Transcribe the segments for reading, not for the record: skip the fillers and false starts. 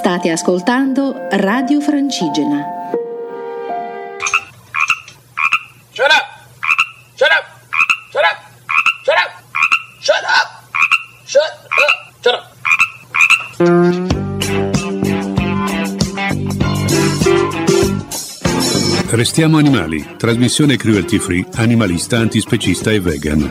State ascoltando Radio Francigena. Shut up! Shut up! Shut up! Shut up! Shut up! Shut up! Shut up! Restiamo animali, trasmissione cruelty free, animalista, antispecista e vegan.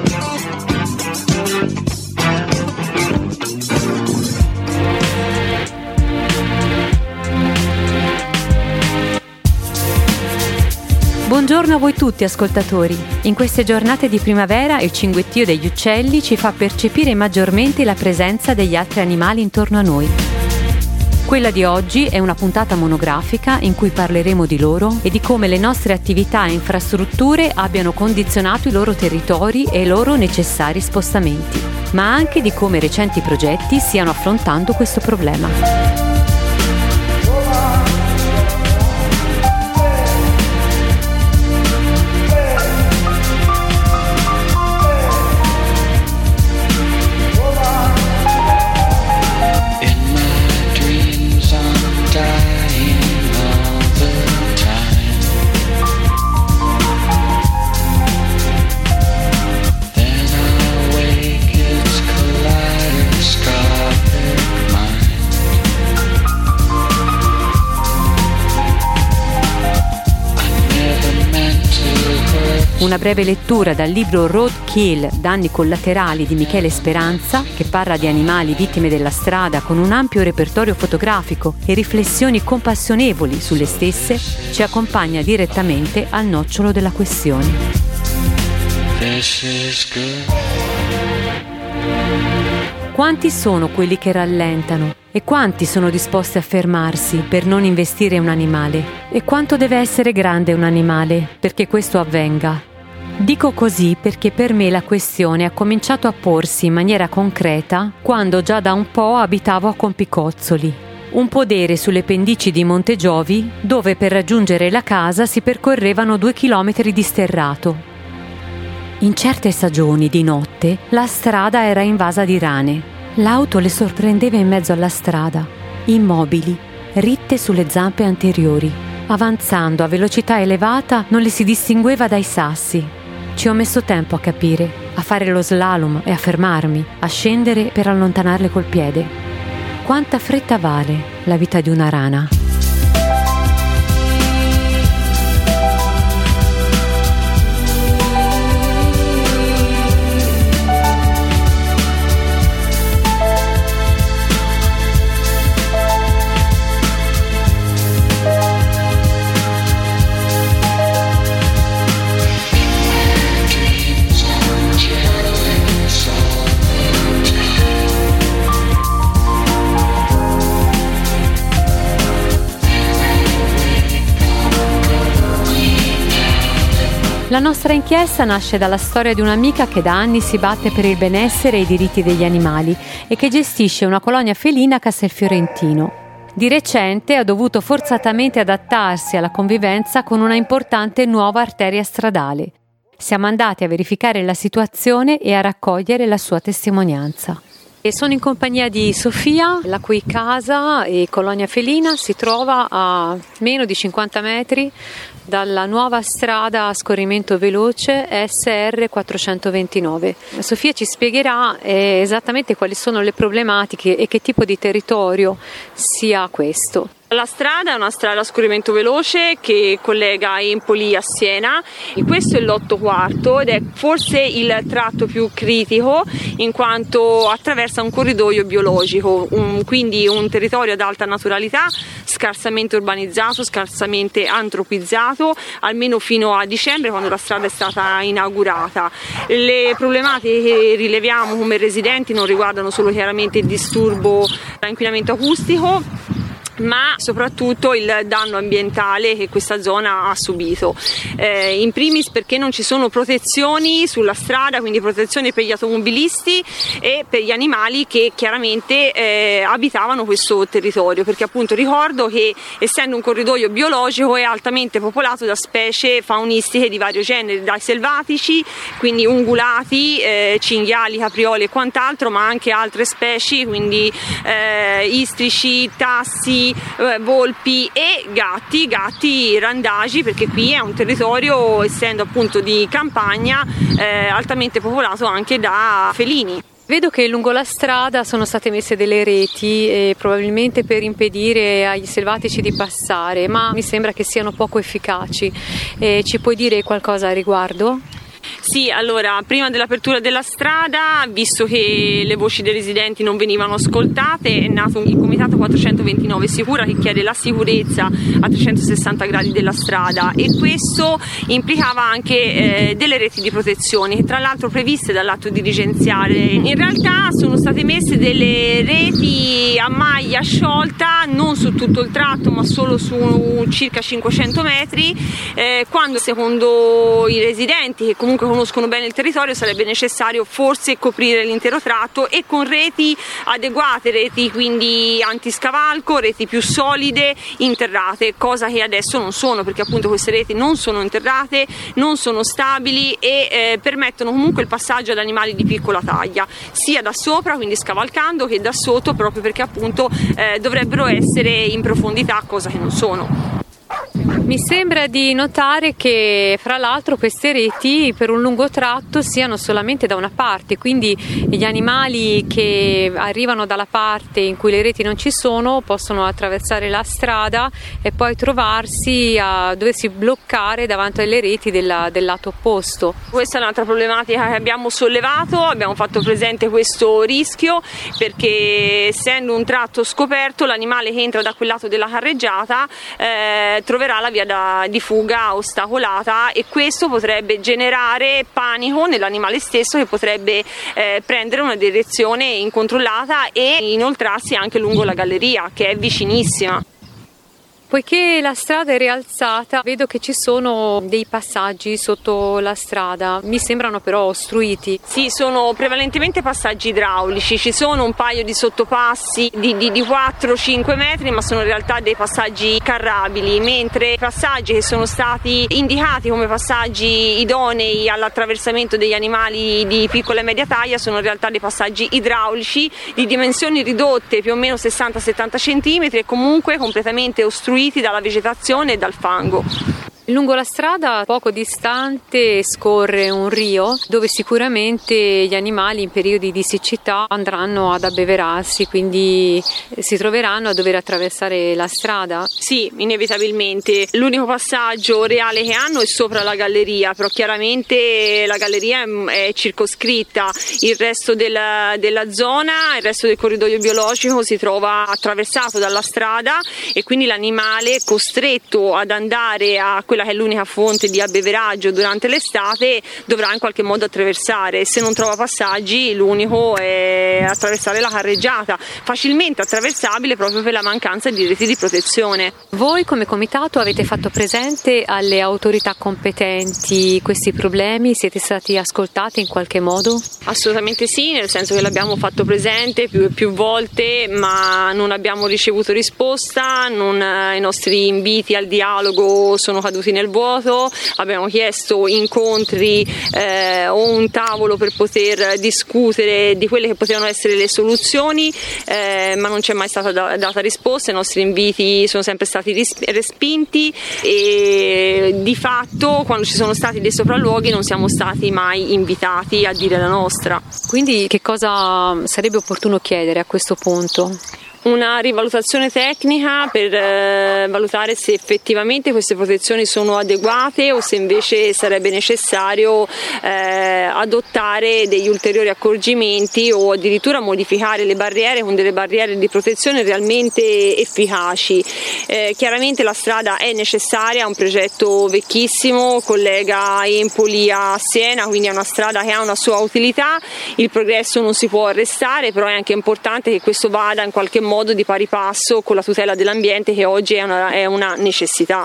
Buongiorno a voi tutti ascoltatori. In queste giornate di primavera il cinguettio degli uccelli ci fa percepire maggiormente la presenza degli altri animali intorno a noi. Quella di oggi è una puntata monografica in cui parleremo di loro e di come le nostre attività e infrastrutture abbiano condizionato i loro territori e i loro necessari spostamenti, ma anche di come recenti progetti stiano affrontando questo problema. Una breve lettura dal libro Roadkill, danni collaterali di Michele Speranza, che parla di animali vittime della strada con un ampio repertorio fotografico e riflessioni compassionevoli sulle stesse, ci accompagna direttamente al nocciolo della questione. Quanti sono quelli che rallentano? E quanti sono disposti a fermarsi per non investire un animale? E quanto deve essere grande un animale perché questo avvenga? Dico così perché per me la questione ha cominciato a porsi in maniera concreta quando già da un po' abitavo a Compicozzoli, un podere sulle pendici di Monte Giovi dove per raggiungere la casa si percorrevano 2 chilometri di sterrato. In certe stagioni di notte la strada era invasa di rane. L'auto le sorprendeva in mezzo alla strada, immobili, ritte sulle zampe anteriori. Avanzando a velocità elevata non le si distingueva dai sassi. Ci ho messo tempo a capire, a fare lo slalom e a fermarmi, a scendere per allontanarle col piede. Quanta fretta vale la vita di una rana? La nostra inchiesta nasce dalla storia di un'amica che da anni si batte per il benessere e i diritti degli animali e che gestisce una colonia felina a Castelfiorentino. Di recente ha dovuto forzatamente adattarsi alla convivenza con una importante nuova arteria stradale. Siamo andati a verificare la situazione e a raccogliere la sua testimonianza. E sono in compagnia di Sofia, la cui casa e colonia felina si trova a meno di 50 metri dalla nuova strada a scorrimento veloce SR 429. Sofia ci spiegherà esattamente quali sono le problematiche e che tipo di territorio sia questo. La strada è una strada a scorrimento veloce che collega Empoli a Siena e questo è l'8/4 ed è forse il tratto più critico in quanto attraversa un corridoio biologico, quindi un territorio ad alta naturalità, scarsamente urbanizzato, scarsamente antropizzato, almeno fino a dicembre quando la strada è stata inaugurata. Le problematiche che rileviamo come residenti non riguardano solo chiaramente il disturbo dall'inquinamento acustico, ma soprattutto il danno ambientale che questa zona ha subito. In primis perché non ci sono protezioni sulla strada, quindi protezioni per gli automobilisti e per gli animali che chiaramente abitavano questo territorio, perché appunto ricordo che essendo un corridoio biologico è altamente popolato da specie faunistiche di vario genere, dai selvatici, quindi ungulati, cinghiali, caprioli e quant'altro, ma anche altre specie, quindi istrici, tassi, volpi e gatti randagi, perché qui è un territorio, essendo appunto di campagna, altamente popolato anche da felini. Vedo che lungo la strada sono state messe delle reti, probabilmente per impedire agli selvatici di passare, ma mi sembra che siano poco efficaci. Ci puoi dire qualcosa a riguardo? Sì, allora, prima dell'apertura della strada, visto che le voci dei residenti non venivano ascoltate, è nato il Comitato 429 Sicura, che chiede la sicurezza a 360 gradi della strada, e questo implicava anche delle reti di protezione, che tra l'altro previste dall'atto dirigenziale. In realtà sono state messe delle reti a maglia sciolta, non su tutto il tratto, ma solo su circa 500 metri, quando secondo i residenti, che comunque conoscono bene il territorio, sarebbe necessario forse coprire l'intero tratto e con reti adeguate, reti quindi antiscavalco, reti più solide, interrate, cosa che adesso non sono, perché appunto queste reti non sono interrate, non sono stabili e permettono comunque il passaggio ad animali di piccola taglia, sia da sopra, quindi scavalcando, che da sotto, proprio perché appunto dovrebbero essere in profondità, cosa che non sono. Mi sembra di notare che fra l'altro queste reti per un lungo tratto siano solamente da una parte, quindi gli animali che arrivano dalla parte in cui le reti non ci sono possono attraversare la strada e poi trovarsi a doversi bloccare davanti alle reti del lato opposto. Questa è un'altra problematica che abbiamo sollevato, abbiamo fatto presente questo rischio, perché essendo un tratto scoperto, l'animale che entra da quel lato della carreggiata troverà la via di fuga ostacolata, e questo potrebbe generare panico nell'animale stesso, che potrebbe prendere una direzione incontrollata e inoltrarsi anche lungo la galleria, che è vicinissima. Poiché la strada è rialzata, vedo che ci sono dei passaggi sotto la strada, mi sembrano però ostruiti. Sì, sono prevalentemente passaggi idraulici, ci sono un paio di sottopassi di 4-5 metri, ma sono in realtà dei passaggi carrabili, mentre i passaggi che sono stati indicati come passaggi idonei all'attraversamento degli animali di piccola e media taglia sono in realtà dei passaggi idraulici di dimensioni ridotte, più o meno 60-70 cm, e comunque completamente ostruiti dalla vegetazione e dal fango. Lungo la strada, poco distante, scorre un rio dove sicuramente gli animali in periodi di siccità andranno ad abbeverarsi, quindi si troveranno a dover attraversare la strada. Sì, inevitabilmente. L'unico passaggio reale che hanno è sopra la galleria, però chiaramente la galleria è circoscritta. Il resto della zona, il resto del corridoio biologico si trova attraversato dalla strada, e quindi l'animale è costretto ad andare a quella che è l'unica fonte di abbeveraggio durante l'estate dovrà in qualche modo attraversare. Se non trova passaggi, l'unico è attraversare la carreggiata, facilmente attraversabile proprio per la mancanza di reti di protezione. Voi come comitato avete fatto presente alle autorità competenti questi problemi? Siete stati ascoltati in qualche modo? Assolutamente sì, nel senso che l'abbiamo fatto presente più e più volte, ma non abbiamo ricevuto risposta, i nostri inviti al dialogo sono caduti nel vuoto. Abbiamo chiesto incontri o un tavolo per poter discutere di quelle che potevano essere le soluzioni, ma non c'è mai stata data risposta. I nostri inviti sono sempre stati respinti, e di fatto quando ci sono stati dei sopralluoghi non siamo stati mai invitati a dire la nostra. Quindi che cosa sarebbe opportuno chiedere a questo punto? Una rivalutazione tecnica per valutare se effettivamente queste protezioni sono adeguate o se invece sarebbe necessario adottare degli ulteriori accorgimenti o addirittura modificare le barriere con delle barriere di protezione realmente efficaci. Chiaramente la strada è necessaria, è un progetto vecchissimo, collega Empoli a Siena, quindi è una strada che ha una sua utilità. Il progresso non si può arrestare, però è anche importante che questo vada in qualche modo modo di pari passo con la tutela dell'ambiente, che oggi è una necessità.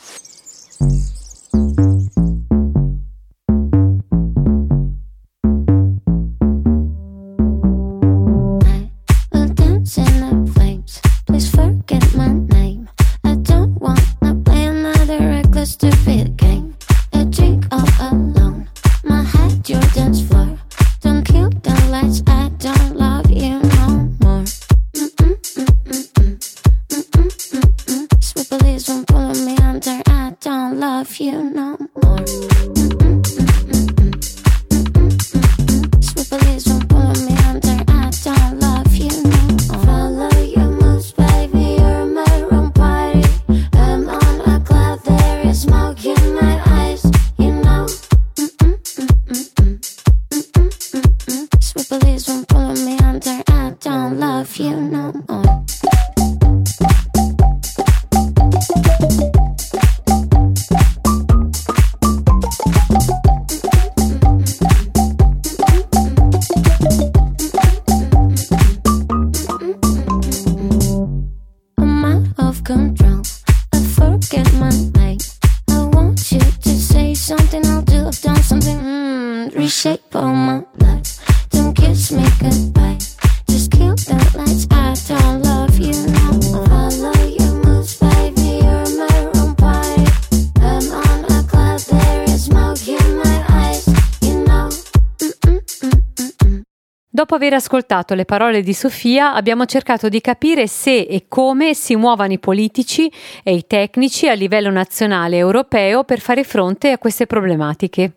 Dopo aver ascoltato le parole di Sofia, abbiamo cercato di capire se e come si muovano i politici e i tecnici a livello nazionale e europeo per fare fronte a queste problematiche.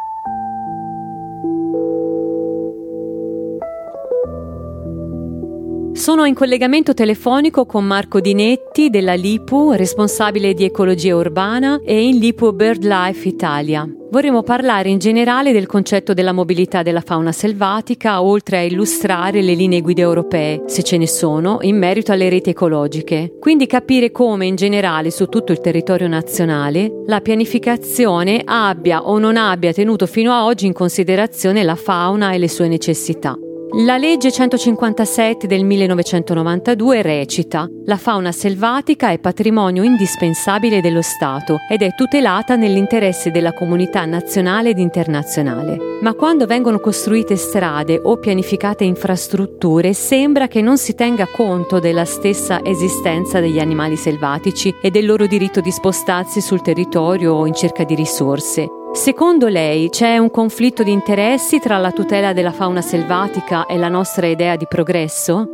Sono in collegamento telefonico con Marco Dinetti della LIPU, responsabile di ecologia urbana, e in LIPU BirdLife Italia. Vorremmo parlare in generale del concetto della mobilità della fauna selvatica, oltre a illustrare le linee guida europee, se ce ne sono, in merito alle reti ecologiche. Quindi capire come in generale su tutto il territorio nazionale la pianificazione abbia o non abbia tenuto fino a oggi in considerazione la fauna e le sue necessità. La legge 157 del 1992 recita: la fauna selvatica è patrimonio indispensabile dello Stato ed è tutelata nell'interesse della comunità nazionale ed internazionale. Ma quando vengono costruite strade o pianificate infrastrutture, sembra che non si tenga conto della stessa esistenza degli animali selvatici e del loro diritto di spostarsi sul territorio in cerca di risorse. Secondo lei c'è un conflitto di interessi tra la tutela della fauna selvatica e la nostra idea di progresso?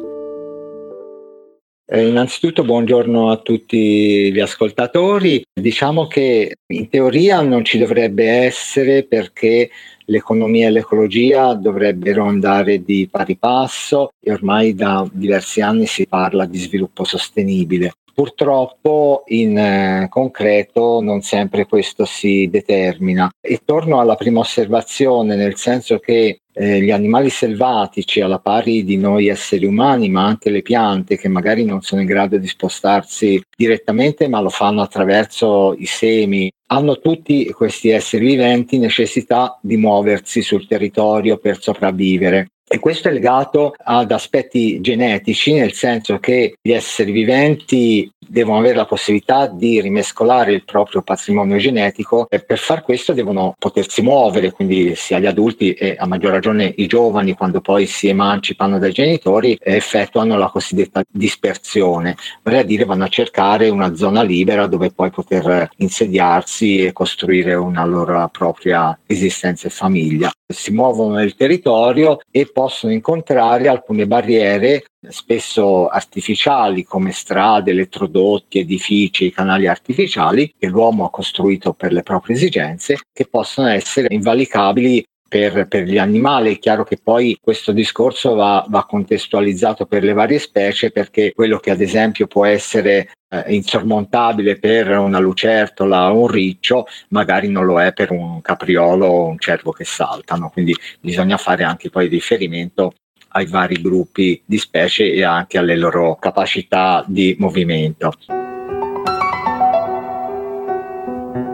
Innanzitutto buongiorno a tutti gli ascoltatori. Diciamo che in teoria non ci dovrebbe essere, perché l'economia e l'ecologia dovrebbero andare di pari passo e ormai da diversi anni si parla di sviluppo sostenibile. Purtroppo in concreto non sempre questo si determina, e torno alla prima osservazione, nel senso che gli animali selvatici, alla pari di noi esseri umani, ma anche le piante, che magari non sono in grado di spostarsi direttamente ma lo fanno attraverso i semi, hanno tutti questi esseri viventi necessità di muoversi sul territorio per sopravvivere. E questo è legato ad aspetti genetici, nel senso che gli esseri viventi devono avere la possibilità di rimescolare il proprio patrimonio genetico, e per far questo devono potersi muovere, quindi sia gli adulti e a maggior ragione i giovani, quando poi si emancipano dai genitori, effettuano la cosiddetta dispersione, vale a dire vanno a cercare una zona libera dove poi poter insediarsi e costruire una loro propria esistenza e famiglia. Si muovono nel territorio e possono incontrare alcune barriere, spesso artificiali, come strade, elettrodotti, edifici, canali artificiali che l'uomo ha costruito per le proprie esigenze, che possono essere invalicabili per gli animali. È chiaro che poi questo discorso va contestualizzato per le varie specie, perché quello che ad esempio può essere insormontabile per una lucertola o un riccio magari non lo è per un capriolo o un cervo che saltano, quindi bisogna fare anche poi riferimento ai vari gruppi di specie e anche alle loro capacità di movimento.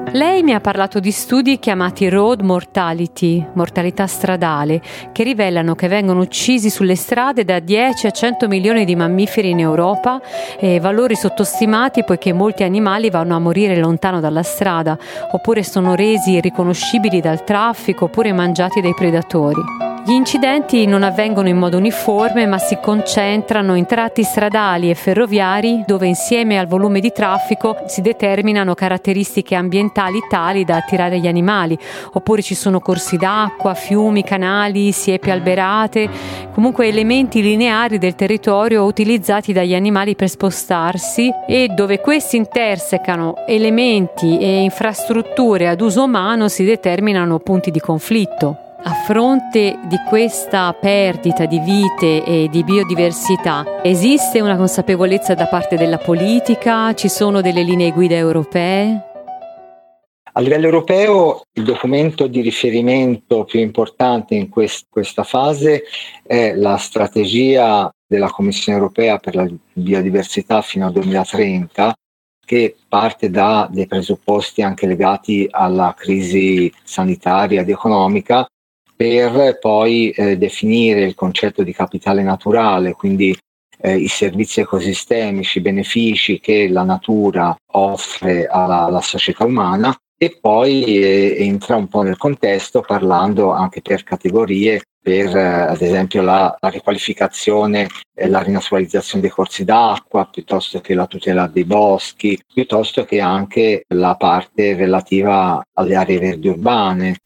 Lei mi ha parlato di studi chiamati road mortality, mortalità stradale, che rivelano che vengono uccisi sulle strade da 10 a 100 milioni di mammiferi in Europa, valori sottostimati poiché molti animali vanno a morire lontano dalla strada, oppure sono resi irriconoscibili dal traffico, oppure mangiati dai predatori. Gli incidenti non avvengono in modo uniforme, ma si concentrano in tratti stradali e ferroviari dove insieme al volume di traffico si determinano caratteristiche ambientali tali da attirare gli animali, oppure ci sono corsi d'acqua, fiumi, canali, siepi alberate, comunque elementi lineari del territorio utilizzati dagli animali per spostarsi e dove questi intersecano elementi e infrastrutture ad uso umano si determinano punti di conflitto. A fronte di questa perdita di vite e di biodiversità, esiste una consapevolezza da parte della politica? Ci sono delle linee guida europee? A livello europeo il documento di riferimento più importante in questa fase è la strategia della Commissione europea per la biodiversità fino al 2030, che parte da dei presupposti anche legati alla crisi sanitaria ed economica, per poi definire il concetto di capitale naturale, quindi i servizi ecosistemici, i benefici che la natura offre alla società umana, e poi entra un po' nel contesto parlando anche per categorie, per ad esempio la riqualificazione e la rinaturalizzazione dei corsi d'acqua, piuttosto che la tutela dei boschi, piuttosto che anche la parte relativa alle aree verdi urbane.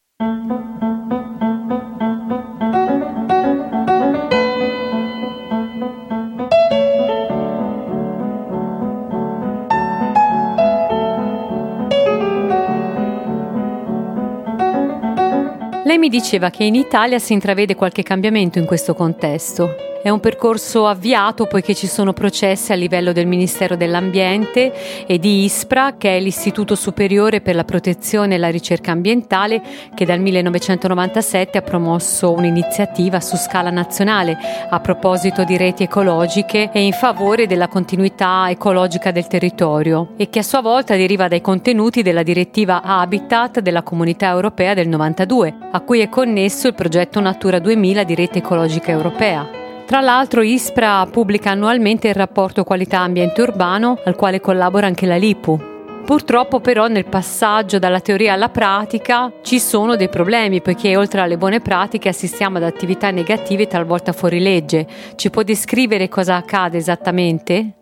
Lei mi diceva che in Italia si intravede qualche cambiamento in questo contesto. È un percorso avviato poiché ci sono processi a livello del Ministero dell'Ambiente e di ISPRA, che è l'Istituto Superiore per la Protezione e la Ricerca Ambientale, che dal 1997 ha promosso un'iniziativa su scala nazionale a proposito di reti ecologiche e in favore della continuità ecologica del territorio, e che a sua volta deriva dai contenuti della direttiva Habitat della Comunità Europea del 92, a cui è connesso il progetto Natura 2000 di rete ecologica europea. Tra l'altro ISPRA pubblica annualmente il rapporto qualità ambiente urbano, al quale collabora anche la LIPU. Purtroppo però nel passaggio dalla teoria alla pratica ci sono dei problemi, poiché oltre alle buone pratiche assistiamo ad attività negative talvolta fuori legge. Ci può descrivere cosa accade esattamente?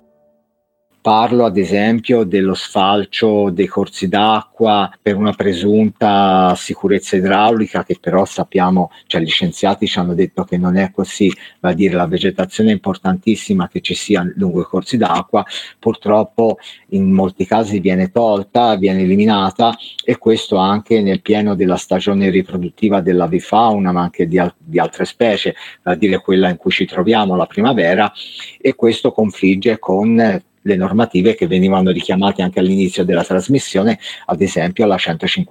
Parlo ad esempio dello sfalcio dei corsi d'acqua per una presunta sicurezza idraulica, che però sappiamo, cioè gli scienziati ci hanno detto che non è così, va a dire la vegetazione è importantissima che ci sia lungo i corsi d'acqua, purtroppo in molti casi viene tolta, viene eliminata, e questo anche nel pieno della stagione riproduttiva dell'avifauna, ma anche di altre specie, va a dire quella in cui ci troviamo, la primavera, e questo confligge con le normative che venivano richiamate anche all'inizio della trasmissione, ad esempio la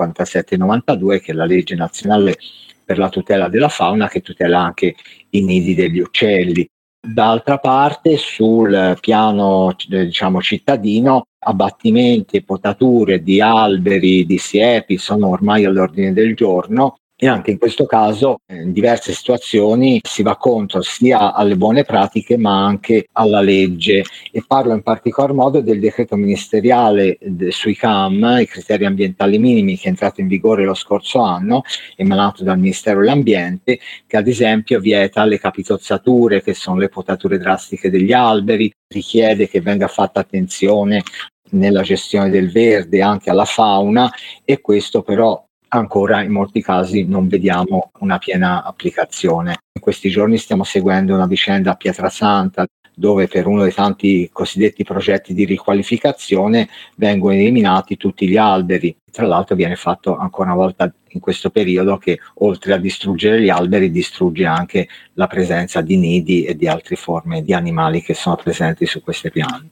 157/92, che è la legge nazionale per la tutela della fauna, che tutela anche i nidi degli uccelli. D'altra parte, sul piano cittadino, abbattimenti e potature di alberi, di siepi sono ormai all'ordine del giorno, e anche in questo caso in diverse situazioni si va contro sia alle buone pratiche ma anche alla legge, e parlo in particolar modo del decreto ministeriale sui CAM, i criteri ambientali minimi, che è entrato in vigore lo scorso anno, emanato dal Ministero dell'Ambiente, che ad esempio vieta le capitozzature, che sono le potature drastiche degli alberi, richiede che venga fatta attenzione nella gestione del verde anche alla fauna, e questo però ancora in molti casi non vediamo una piena applicazione. In questi giorni stiamo seguendo una vicenda a Pietrasanta, dove per uno dei tanti cosiddetti progetti di riqualificazione vengono eliminati tutti gli alberi. Tra l'altro viene fatto ancora una volta in questo periodo che, oltre a distruggere gli alberi, distrugge anche la presenza di nidi e di altre forme di animali che sono presenti su queste piante.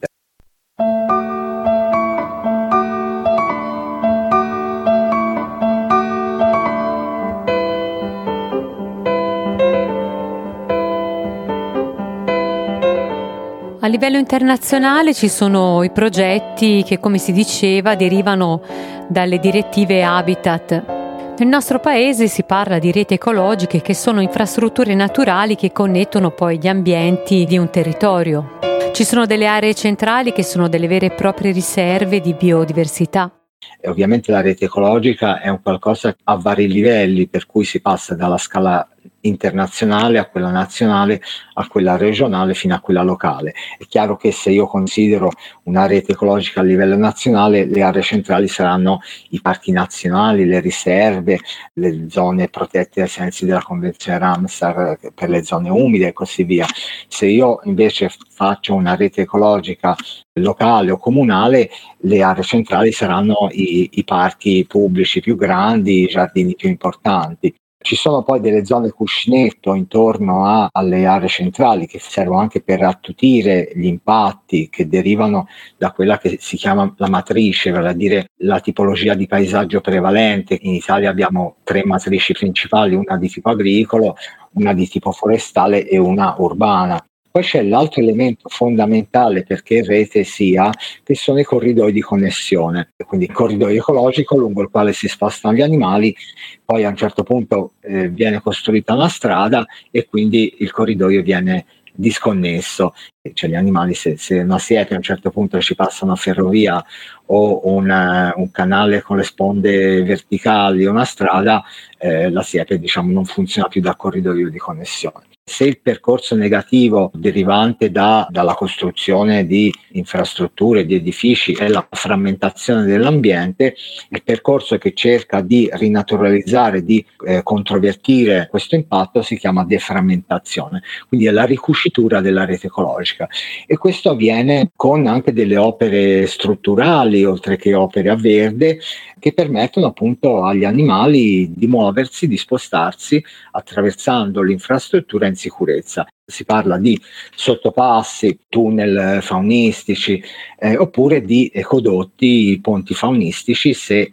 A livello internazionale ci sono i progetti che, come si diceva, derivano dalle direttive Habitat. Nel nostro paese si parla di reti ecologiche, che sono infrastrutture naturali che connettono poi gli ambienti di un territorio. Ci sono delle aree centrali che sono delle vere e proprie riserve di biodiversità. E ovviamente la rete ecologica è un qualcosa a vari livelli, per cui si passa dalla scala internazionale a quella nazionale, a quella regionale, fino a quella locale. È chiaro che se io considero una rete ecologica a livello nazionale, le aree centrali saranno i parchi nazionali, le riserve, le zone protette ai sensi della Convenzione Ramsar per le zone umide e così via. Se io invece faccio una rete ecologica locale o comunale, le aree centrali saranno i parchi pubblici più grandi, i giardini più importanti. Ci sono poi delle zone cuscinetto intorno alle aree centrali che servono anche per attutire gli impatti che derivano da quella che si chiama la matrice, vale a dire la tipologia di paesaggio prevalente. In Italia abbiamo 3 matrici principali, una di tipo agricolo, una di tipo forestale e una urbana. Poi c'è l'altro elemento fondamentale perché rete sia, che sono i corridoi di connessione, quindi il corridoio ecologico lungo il quale si spostano gli animali, poi a un certo punto viene costruita una strada e quindi il corridoio viene disconnesso, cioè gli animali se una siepe a un certo punto ci passa una ferrovia o un canale con le sponde verticali o una strada, la siepe non funziona più da corridoio di connessione. Se il percorso negativo derivante dalla costruzione di infrastrutture, di edifici è la frammentazione dell'ambiente, il percorso che cerca di rinaturalizzare, di controvertire questo impatto si chiama deframmentazione, quindi è la ricucitura della rete ecologica, e questo avviene con anche delle opere strutturali oltre che opere a verde che permettono appunto agli animali di muoversi, di spostarsi attraversando l'infrastruttura in sicurezza. Si parla di sottopassi, tunnel faunistici oppure di ecodotti, ponti faunistici se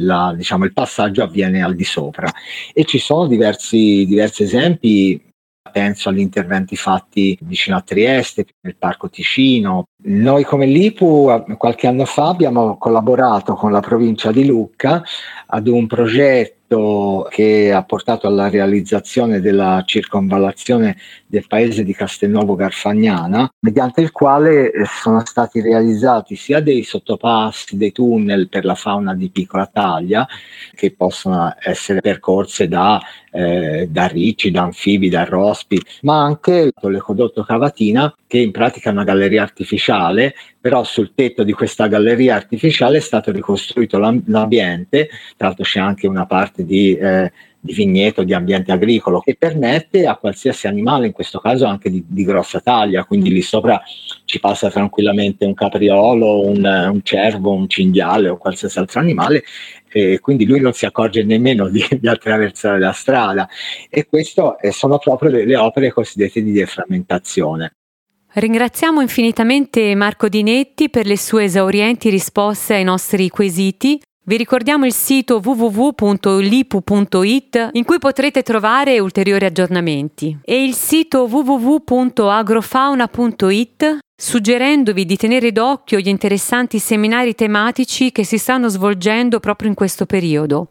il passaggio avviene al di sopra. E ci sono diversi esempi. Penso agli interventi fatti vicino a Trieste, nel Parco Ticino. Noi come LIPU qualche anno fa abbiamo collaborato con la provincia di Lucca ad un progetto che ha portato alla realizzazione della circonvallazione del paese di Castelnuovo Garfagnana, mediante il quale sono stati realizzati sia dei sottopassi, dei tunnel per la fauna di piccola taglia, che possono essere percorse da ricci, da anfibi, da rospi, ma anche l'ecodotto Cavatina, che in pratica è una galleria artificiale, però sul tetto di questa galleria artificiale è stato ricostruito l'ambiente. Tra l'altro c'è anche una parte di vigneto, di ambiente agricolo, che permette a qualsiasi animale, in questo caso anche di grossa taglia, quindi lì sopra ci passa tranquillamente un capriolo, un cervo, un cinghiale o qualsiasi altro animale, e quindi lui non si accorge nemmeno di attraversare la strada. E questo sono proprio le opere cosiddette di deframmentazione. Ringraziamo infinitamente Marco Dinetti per le sue esaurienti risposte ai nostri quesiti. Vi ricordiamo il sito www.lipu.it in cui potrete trovare ulteriori aggiornamenti, e il sito www.agrofauna.it, suggerendovi di tenere d'occhio gli interessanti seminari tematici che si stanno svolgendo proprio in questo periodo.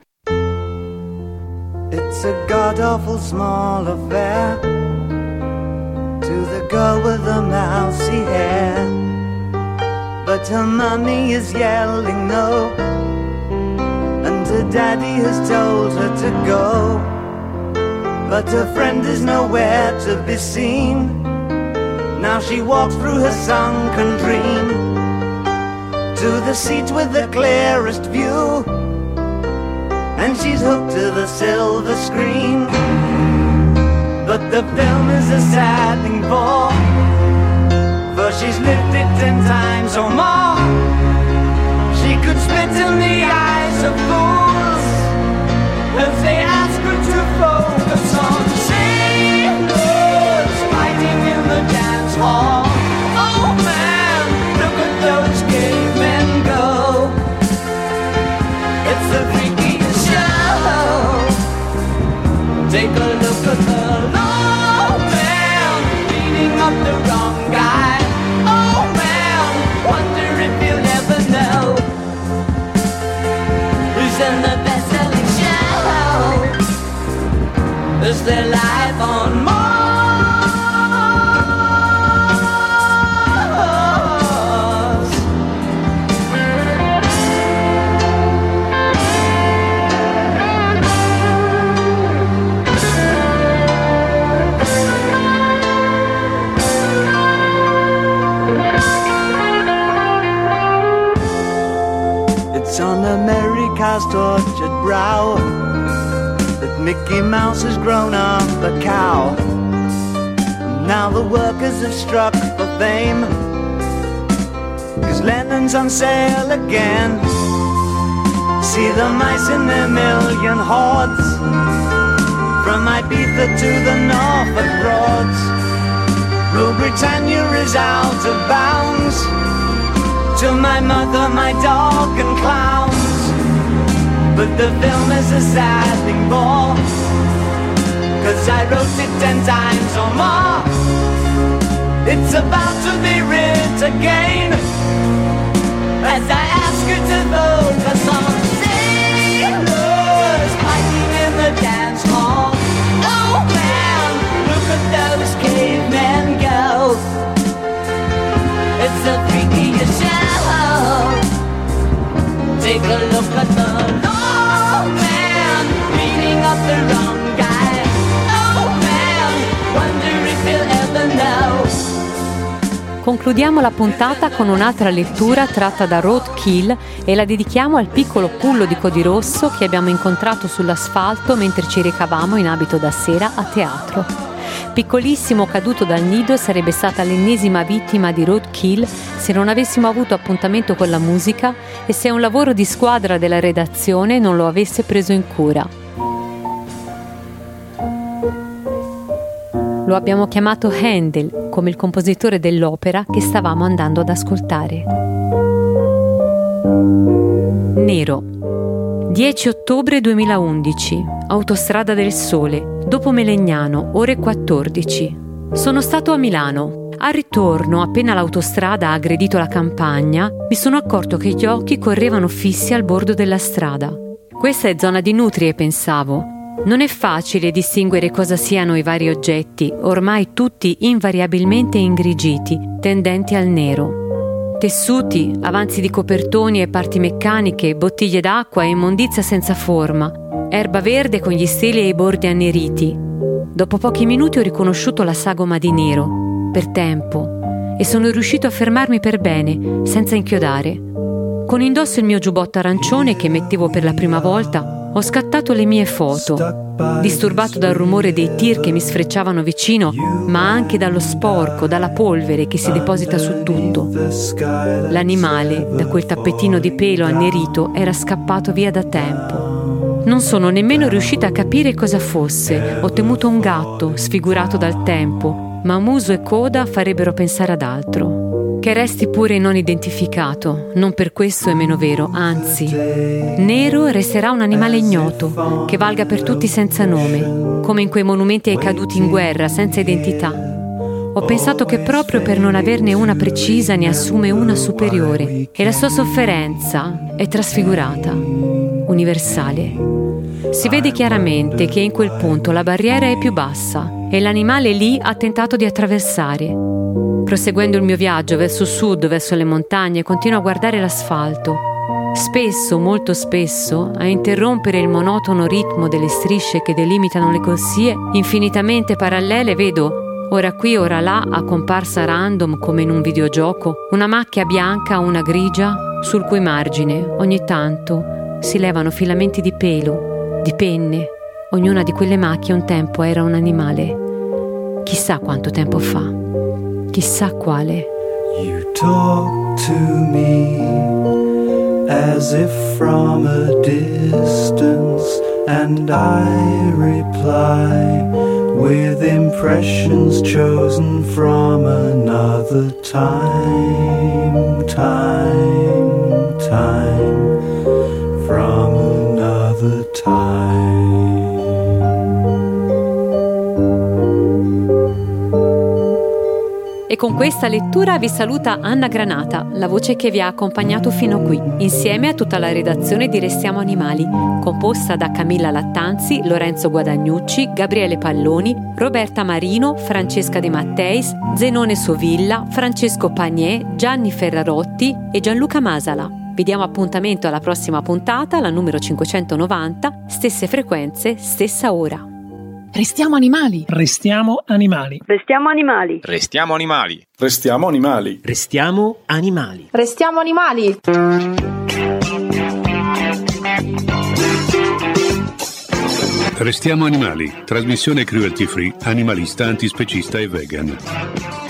It's a god-awful small affair to the girl with the mousy hair, but her mommy is yelling no, and her daddy has told her to go, but her friend is nowhere to be seen. Now she walks through her sunken dream to the seat with the clearest view, and she's hooked to the silver screen. But the film is a sad thing for she's lived it 10 times or more. She could spit in the eyes of fools if they ask her to focus on sailors fighting in the dance hall. Oh man, look at those cavemen go. It's the freakiest show. Take a look at the low man beating up the wrong guy. Oh Who's in the best-selling show? Is there life on Mars? It's on America's tortured brow that Mickey Mouse has grown up a cow. And now the workers have struck for fame, 'cause Lennon's on sale again. See the mice in their million hordes, from Ibiza to the Norfolk Broads. Rule Britannia is out of bounds, to my mother, my dog and clowns. But the film is a sad thing more, 'cause I wrote it 10 times or more. It's about to be writ again, as I ask you to focus on sailors fighting in the dance hall. Oh man, look at those cavemen go. It's a freakiest show. Take a look at the old man beating up the wrong guy. Oh man, wonder if he'll ever know. Concludiamo la puntata con un'altra lettura tratta da Roadkill e la dedichiamo al piccolo pullo di Codirosso che abbiamo incontrato sull'asfalto mentre ci recavamo in abito da sera a teatro. Piccolissimo, caduto dal nido, sarebbe stata l'ennesima vittima di Roadkill se non avessimo avuto appuntamento con la musica e se un lavoro di squadra della redazione non lo avesse preso in cura. Lo abbiamo chiamato Handel, come il compositore dell'opera che stavamo andando ad ascoltare. Nero. 10 ottobre 2011, Autostrada del Sole, dopo Melegnano, ore 14. Sono stato a Milano. Al ritorno, appena l'autostrada ha aggredito la campagna, mi sono accorto che gli occhi correvano fissi al bordo della strada. Questa è zona di Nutrie, pensavo. Non è facile distinguere cosa siano i vari oggetti, ormai tutti invariabilmente ingrigiti, tendenti al nero. Tessuti, avanzi di copertoni e parti meccaniche, bottiglie d'acqua e immondizia senza forma, erba verde con gli steli e i bordi anneriti. Dopo pochi minuti ho riconosciuto la sagoma di nero, per tempo, e sono riuscito a fermarmi per bene, senza inchiodare. Con indosso il mio giubbotto arancione che mettevo per la prima volta, ho scattato le mie foto, disturbato dal rumore dei tir che mi sfrecciavano vicino, ma anche dallo sporco, dalla polvere che si deposita su tutto. L'animale, da quel tappetino di pelo annerito, era scappato via da tempo. Non sono nemmeno riuscita a capire cosa fosse. Ho temuto un gatto, sfigurato dal tempo, ma muso e coda farebbero pensare ad altro. Che resti pure non identificato, non per questo è meno vero, anzi. Nero resterà un animale ignoto, che valga per tutti senza nome, come in quei monumenti ai caduti in guerra, senza identità. Ho pensato che proprio per non averne una precisa ne assume una superiore, e la sua sofferenza è trasfigurata, universale. Si vede chiaramente che in quel punto la barriera è più bassa, e l'animale lì ha tentato di attraversare. Proseguendo il mio viaggio verso sud, verso le montagne, continuo a guardare l'asfalto. Spesso, molto spesso, a interrompere il monotono ritmo delle strisce che delimitano le corsie, infinitamente parallele, vedo, ora qui, ora là, a comparsa random come in un videogioco, una macchia bianca o una grigia, sul cui margine, ogni tanto, si levano filamenti di pelo, di penne. Ognuna di quelle macchie un tempo era un animale. Chissà quanto tempo fa. Chissà quale. You talk to me as if from a distance, and I reply with impressions chosen from another time, from another time. E con questa lettura vi saluta Anna Granata, la voce che vi ha accompagnato fino qui, insieme a tutta la redazione di Restiamo Animali, composta da Camilla Lattanzi, Lorenzo Guadagnucci, Gabriele Palloni, Roberta Marino, Francesca De Matteis, Zenone Sovilla, Francesco Pagnè, Gianni Ferrarotti e Gianluca Masala. Vi diamo appuntamento alla prossima puntata, la numero 590, stesse frequenze, stessa ora. Restiamo animali. Restiamo animali. Restiamo animali. Restiamo animali. Restiamo animali. Restiamo animali. Restiamo animali. Restiamo animali, trasmissione cruelty free, animalista, antispecista e vegan.